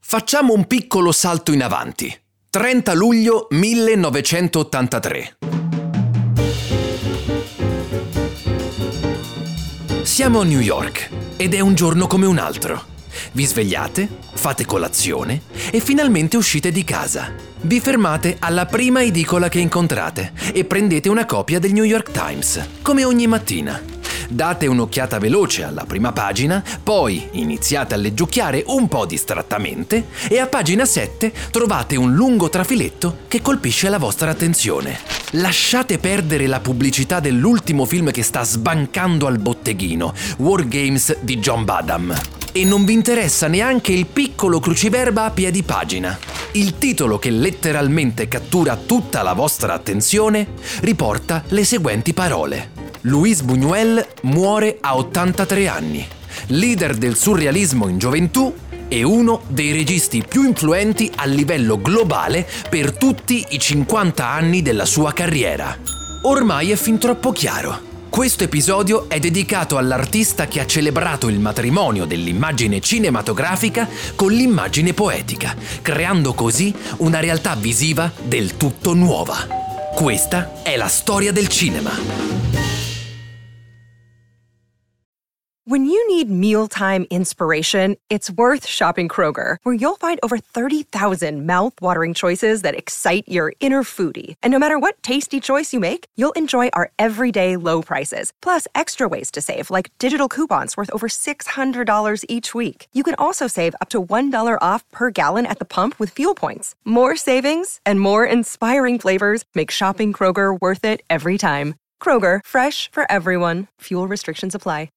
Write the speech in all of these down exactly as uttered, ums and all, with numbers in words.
Facciamo un piccolo salto in avanti. trenta luglio millenovecentottantatré. Siamo a New York ed è un giorno come un altro. Vi svegliate, fate colazione e finalmente uscite di casa. Vi fermate alla prima edicola che incontrate e prendete una copia del New York Times, come ogni mattina. Date un'occhiata veloce alla prima pagina, poi iniziate a leggiucchiare un po' distrattamente e a pagina sette trovate un lungo trafiletto che colpisce la vostra attenzione. Lasciate perdere la pubblicità dell'ultimo film che sta sbancando al botteghino, War Games di John Badham. E non vi interessa neanche il piccolo cruciverba a piedi pagina. Il titolo, che letteralmente cattura tutta la vostra attenzione, riporta le seguenti parole. Luis Buñuel muore a ottantatré anni, leader del surrealismo in gioventù e uno dei registi più influenti a livello globale per tutti i cinquanta anni della sua carriera. Ormai è fin troppo chiaro. Questo episodio è dedicato all'artista che ha celebrato il matrimonio dell'immagine cinematografica con l'immagine poetica, creando così una realtà visiva del tutto nuova. Questa è la storia del cinema. When you need mealtime inspiration, it's worth shopping Kroger, where you'll find over thirty thousand mouth-watering choices that excite your inner foodie. And no matter what tasty choice you make, you'll enjoy our everyday low prices, plus extra ways to save, like digital coupons worth over six hundred dollars each week. You can also save up to one dollar off per gallon at the pump with fuel points. More savings and more inspiring flavors make shopping Kroger worth it every time. Kroger, fresh for everyone. Fuel restrictions apply.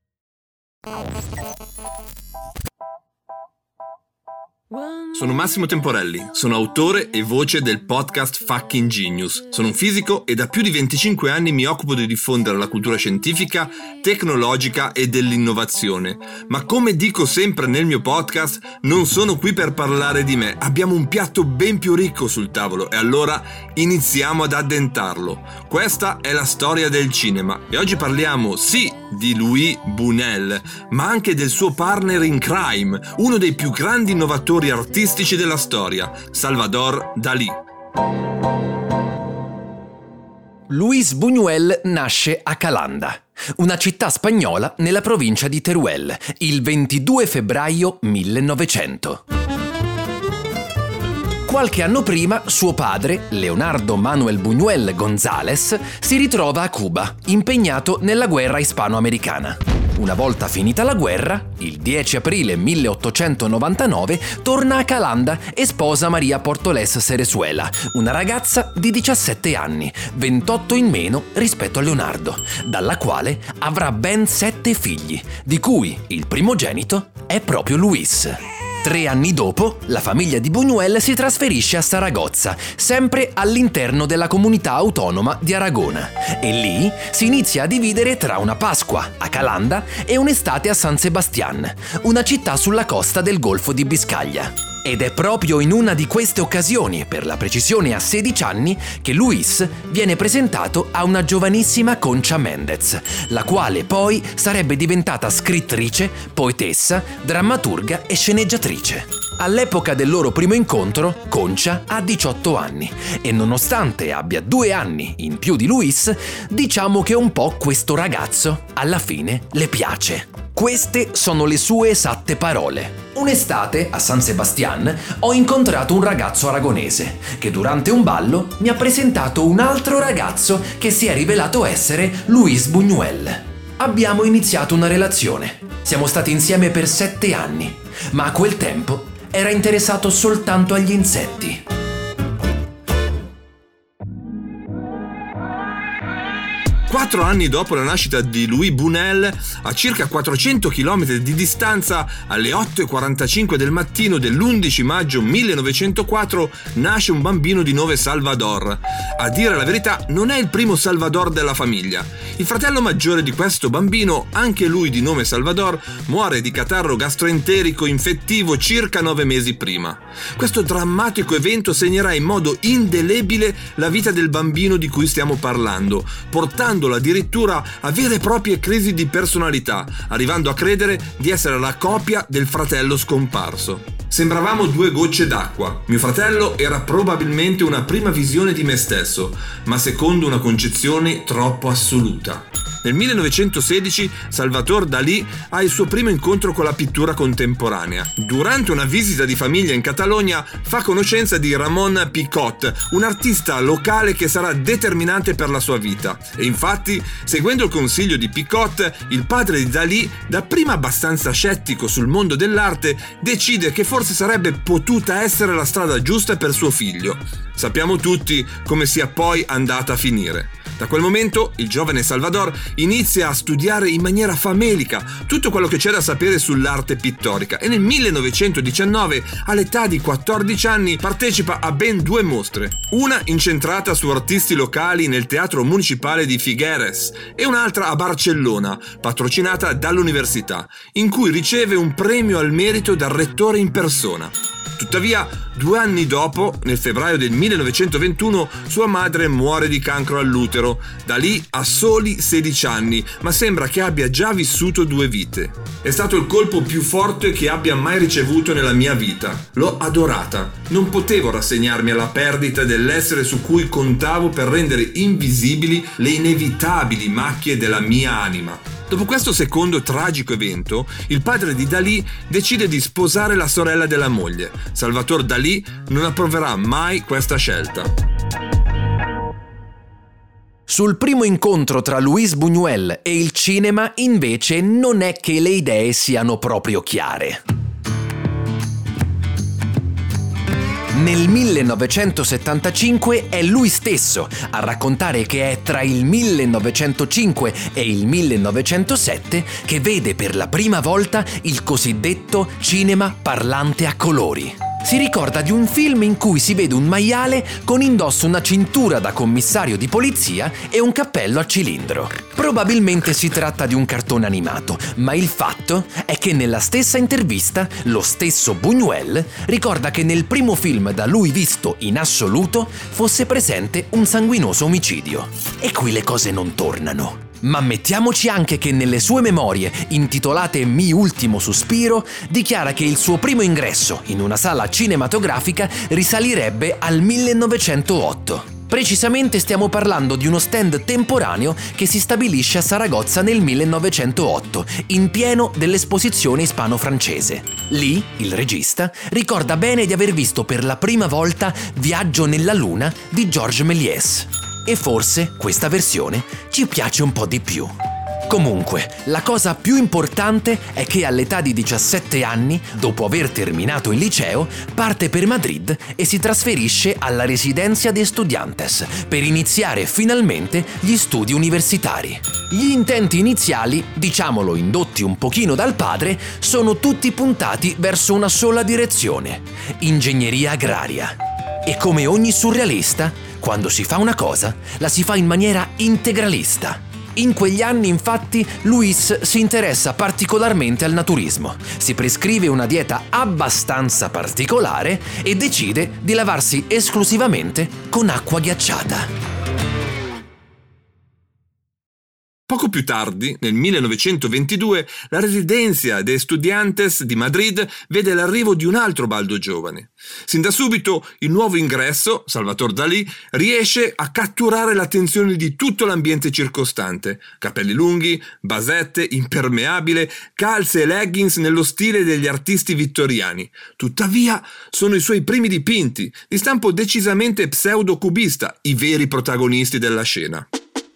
Sono Massimo Temporelli, sono autore e voce del podcast Fucking Genius. Sono un fisico e da più di venticinque anni mi occupo di diffondere la cultura scientifica, tecnologica e dell'innovazione. Ma come dico sempre nel mio podcast, non sono qui per parlare di me. Abbiamo un piatto ben più ricco sul tavolo e allora iniziamo ad addentarlo. Questa è la storia del cinema e oggi parliamo sì di Luis Buñuel, ma anche del suo partner in crime, uno dei più grandi innovatori artistici della storia, Salvador Dalí. Luis Buñuel nasce a Calanda, una città spagnola nella provincia di Teruel, il ventidue febbraio millenovecento. Qualche anno prima, suo padre, Leonardo Manuel Buñuel González, si ritrova a Cuba, impegnato nella guerra ispano-americana. Una volta finita la guerra, il dieci aprile milleottocentonovantanove, torna a Calanda e sposa Maria Portoles Cerezuela, una ragazza di diciassette anni, ventotto in meno rispetto a Leonardo, dalla quale avrà ben sette figli, di cui il primogenito è proprio Luis. Tre anni dopo, la famiglia di Buñuel si trasferisce a Saragozza, sempre all'interno della comunità autonoma di Aragona, e lì si inizia a dividere tra una Pasqua a Calanda e un'estate a San Sebastián, una città sulla costa del Golfo di Biscaglia. Ed è proprio in una di queste occasioni, per la precisione a sedici anni, che Luis viene presentato a una giovanissima Concha Méndez, la quale poi sarebbe diventata scrittrice, poetessa, drammaturga e sceneggiatrice. All'epoca del loro primo incontro, Concha ha diciotto anni e nonostante abbia due anni in più di Luis, diciamo che un po' questo ragazzo alla fine le piace. Queste sono le sue esatte parole. Un'estate, a San Sebastián, ho incontrato un ragazzo aragonese che durante un ballo mi ha presentato un altro ragazzo che si è rivelato essere Luis Buñuel. Abbiamo iniziato una relazione. Siamo stati insieme per sette anni, ma a quel tempo era interessato soltanto agli insetti. Quattro anni dopo la nascita di Luis Buñuel, a circa quattrocento chilometri di distanza, alle otto e quarantacinque del mattino dell'undici maggio millenovecentoquattro, nasce un bambino di nome Salvador. A dire la verità, non è il primo Salvador della famiglia. Il fratello maggiore di questo bambino, anche lui di nome Salvador, muore di catarro gastroenterico infettivo circa nove mesi prima. Questo drammatico evento segnerà in modo indelebile la vita del bambino di cui stiamo parlando, portandolo addirittura a vere e proprie crisi di personalità, arrivando a credere di essere la copia del fratello scomparso. Sembravamo due gocce d'acqua. Mio fratello era probabilmente una prima visione di me stesso, ma secondo una concezione troppo assoluta. Nel millenovecentosedici Salvador Dalí ha il suo primo incontro con la pittura contemporanea. Durante una visita di famiglia in Catalogna fa conoscenza di Ramon Picot, un artista locale che sarà determinante per la sua vita. E infatti, seguendo il consiglio di Picot, il padre di Dalí, dapprima abbastanza scettico sul mondo dell'arte, decide che forse sarebbe potuta essere la strada giusta per suo figlio. Sappiamo tutti come sia poi andata a finire. Da quel momento il giovane Salvador inizia a studiare in maniera famelica tutto quello che c'è da sapere sull'arte pittorica e nel millenovecentodiciannove, all'età di quattordici anni, partecipa a ben due mostre. Una incentrata su artisti locali nel Teatro Municipale di Figueres e un'altra a Barcellona, patrocinata dall'università, in cui riceve un premio al merito dal rettore in persona. Tuttavia, due anni dopo, nel febbraio del millenovecentoventuno, sua madre muore di cancro all'utero. Dalí ha soli sedici anni, ma sembra che abbia già vissuto due vite. È stato il colpo più forte che abbia mai ricevuto nella mia vita. L'ho adorata. Non potevo rassegnarmi alla perdita dell'essere su cui contavo per rendere invisibili le inevitabili macchie della mia anima. Dopo questo secondo tragico evento, il padre di Dalí decide di sposare la sorella della moglie. Salvador Dalí non approverà mai questa scelta. Sul primo incontro tra Luis Buñuel e il cinema, invece, non è che le idee siano proprio chiare. Nel millenovecentosettantacinque è lui stesso a raccontare che è tra il millenovecentocinque e il millenovecentosette che vede per la prima volta il cosiddetto cinema parlante a colori. Si ricorda di un film in cui si vede un maiale con indosso una cintura da commissario di polizia e un cappello a cilindro. Probabilmente si tratta di un cartone animato, ma il fatto è che nella stessa intervista lo stesso Buñuel ricorda che nel primo film da lui visto in assoluto fosse presente un sanguinoso omicidio. E qui le cose non tornano. Ma mettiamoci anche che nelle sue memorie, intitolate Mi ultimo sospiro, dichiara che il suo primo ingresso in una sala cinematografica risalirebbe al millenovecentootto. Precisamente stiamo parlando di uno stand temporaneo che si stabilisce a Saragozza nel millenovecentootto, in pieno dell'esposizione ispano-francese. Lì, il regista ricorda bene di aver visto per la prima volta Viaggio nella Luna di Georges Méliès. E forse questa versione ci piace un po' di più. Comunque, la cosa più importante è che all'età di diciassette anni, dopo aver terminato il liceo, parte per Madrid e si trasferisce alla Residencia de Estudiantes per iniziare finalmente gli studi universitari. Gli intenti iniziali, diciamolo indotti un pochino dal padre, sono tutti puntati verso una sola direzione: ingegneria agraria. E come ogni surrealista, quando si fa una cosa, la si fa in maniera integralista. In quegli anni, infatti, Luis si interessa particolarmente al naturismo, si prescrive una dieta abbastanza particolare e decide di lavarsi esclusivamente con acqua ghiacciata. Poco più tardi, nel millenovecentoventidue, la Residencia de Estudiantes di Madrid vede l'arrivo di un altro baldo giovane. Sin da subito, il nuovo ingresso, Salvador Dalí, riesce a catturare l'attenzione di tutto l'ambiente circostante. Capelli lunghi, basette, impermeabile, calze e leggings nello stile degli artisti vittoriani. Tuttavia, sono i suoi primi dipinti, di stampo decisamente pseudo-cubista, i veri protagonisti della scena.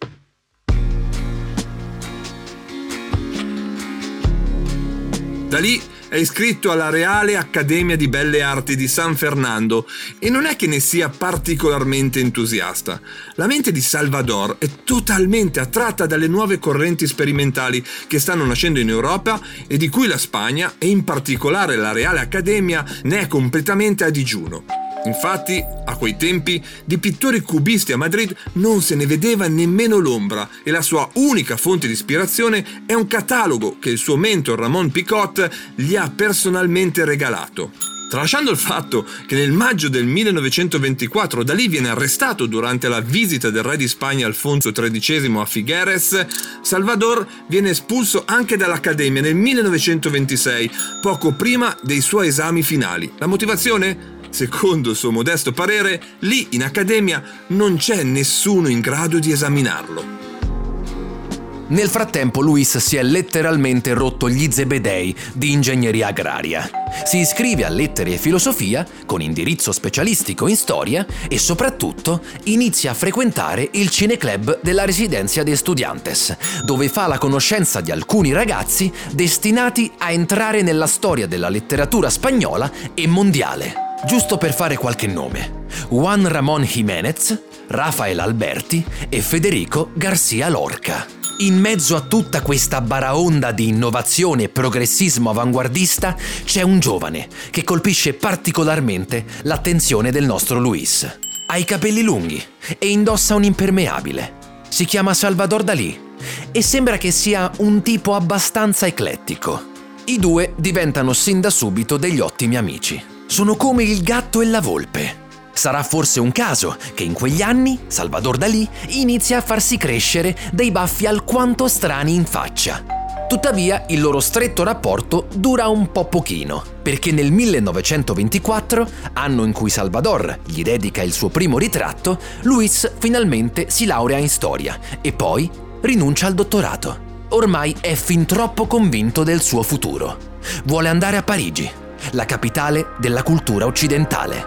Dalí è iscritto alla Reale Accademia di Belle Arti di San Fernando e non è che ne sia particolarmente entusiasta. La mente di Salvador è totalmente attratta dalle nuove correnti sperimentali che stanno nascendo in Europa e di cui la Spagna, e in particolare la Reale Accademia, ne è completamente a digiuno. Infatti, a quei tempi, di pittori cubisti a Madrid non se ne vedeva nemmeno l'ombra e la sua unica fonte di ispirazione è un catalogo che il suo mentor Ramon Picot gli ha personalmente regalato. Tralasciando il fatto che nel maggio del millenovecentoventiquattro Dalí viene arrestato durante la visita del re di Spagna Alfonso tredicesimo a Figueres, Salvador viene espulso anche dall'Accademia nel millenovecentoventisei, poco prima dei suoi esami finali. La motivazione? Secondo il suo modesto parere, lì in Accademia non c'è nessuno in grado di esaminarlo. Nel frattempo Luis si è letteralmente rotto gli zebedei di ingegneria agraria. Si iscrive a lettere e filosofia con indirizzo specialistico in storia e soprattutto inizia a frequentare il cineclub della Residencia de Estudiantes, dove fa la conoscenza di alcuni ragazzi destinati a entrare nella storia della letteratura spagnola e mondiale. Giusto per fare qualche nome: Juan Ramón Jiménez, Rafael Alberti e Federico García Lorca. In mezzo a tutta questa baraonda di innovazione e progressismo avanguardista c'è un giovane che colpisce particolarmente l'attenzione del nostro Luis. Ha i capelli lunghi e indossa un impermeabile. Si chiama Salvador Dalí e sembra che sia un tipo abbastanza eclettico. I due diventano sin da subito degli ottimi amici. Sono come il gatto e la volpe. Sarà forse un caso che in quegli anni Salvador Dalí inizia a farsi crescere dei baffi alquanto strani in faccia. Tuttavia il loro stretto rapporto dura un po' pochino, perché nel millenovecentoventiquattro, anno in cui Salvador gli dedica il suo primo ritratto, Luis finalmente si laurea in storia e poi rinuncia al dottorato. Ormai è fin troppo convinto del suo futuro. Vuole andare a Parigi, la capitale della cultura occidentale.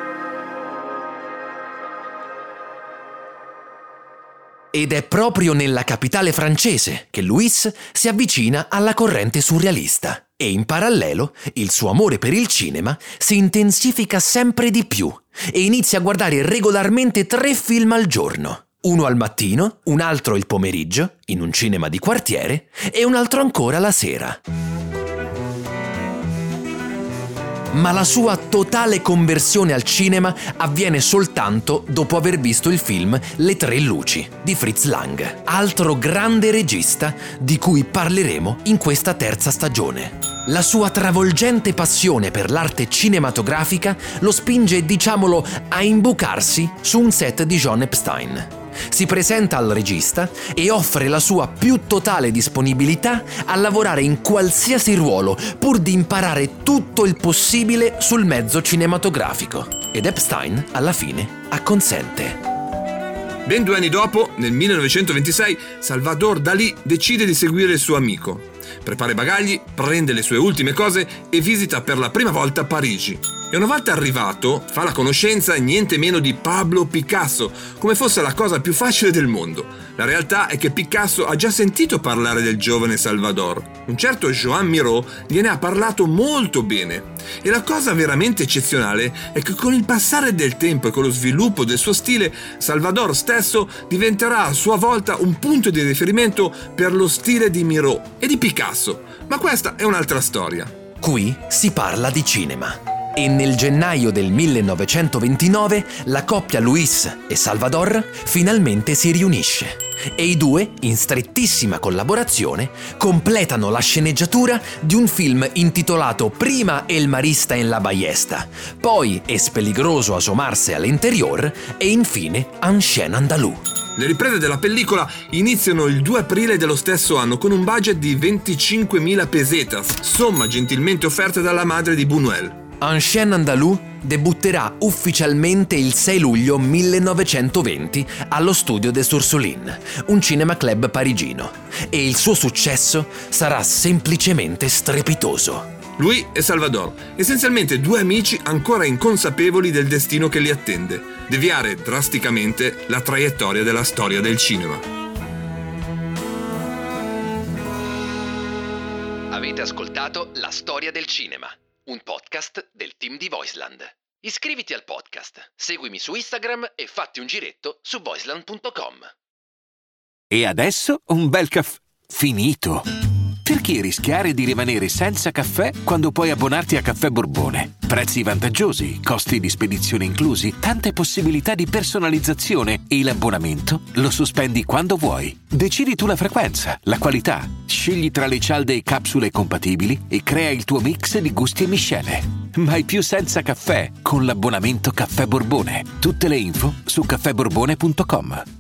Ed è proprio nella capitale francese che Luis si avvicina alla corrente surrealista e in parallelo il suo amore per il cinema si intensifica sempre di più e inizia a guardare regolarmente tre film al giorno. Uno al mattino, un altro il pomeriggio, in un cinema di quartiere, e un altro ancora la sera. Ma la sua totale conversione al cinema avviene soltanto dopo aver visto il film Le tre luci di Fritz Lang, altro grande regista di cui parleremo in questa terza stagione. La sua travolgente passione per l'arte cinematografica lo spinge, diciamolo, a imbucarsi su un set di John Epstein. Si presenta al regista e offre la sua più totale disponibilità a lavorare in qualsiasi ruolo pur di imparare tutto il possibile sul mezzo cinematografico. Ed Epstein, alla fine, acconsente. Ben due anni dopo, nel millenovecentoventisei, Salvador Dalí decide di seguire il suo amico. Prepara i bagagli, prende le sue ultime cose e visita per la prima volta Parigi. E una volta arrivato, fa la conoscenza niente meno di Pablo Picasso, come fosse la cosa più facile del mondo. La realtà è che Picasso ha già sentito parlare del giovane Salvador. Un certo Joan Miró gliene ha parlato molto bene. E la cosa veramente eccezionale è che con il passare del tempo e con lo sviluppo del suo stile, Salvador stesso diventerà a sua volta un punto di riferimento per lo stile di Miró e di Picasso. Ma questa è un'altra storia. Qui si parla di cinema. E nel gennaio del millenovecentoventinove la coppia Luis e Salvador finalmente si riunisce e i due, in strettissima collaborazione, completano la sceneggiatura di un film intitolato prima El Marista en la Ballesta, poi Es peligroso asomarse all'interior e infine Un chien andalou. Le riprese della pellicola iniziano il due aprile dello stesso anno con un budget di venticinquemila pesetas, somma gentilmente offerta dalla madre di Buñuel. Un chien andalou debutterà ufficialmente il sei luglio millenovecentoventi allo Studio des Ursulines, un cinema club parigino, e il suo successo sarà semplicemente strepitoso. Lui e Salvador, essenzialmente due amici ancora inconsapevoli del destino che li attende, deviare drasticamente la traiettoria della storia del cinema. Avete ascoltato La Storia del Cinema, un podcast del team di Voiceland. Iscriviti al podcast, seguimi su Instagram e fatti un giretto su voiceland punto com. E adesso un bel caffè finito. Perché rischiare di rimanere senza caffè quando puoi abbonarti a Caffè Borbone? Prezzi vantaggiosi, costi di spedizione inclusi, tante possibilità di personalizzazione e l'abbonamento lo sospendi quando vuoi. Decidi tu la frequenza, la qualità, scegli tra le cialde e capsule compatibili e crea il tuo mix di gusti e miscele. mai più senza caffè con l'abbonamento Caffè Borbone. Tutte le info su caffè borbone punto com.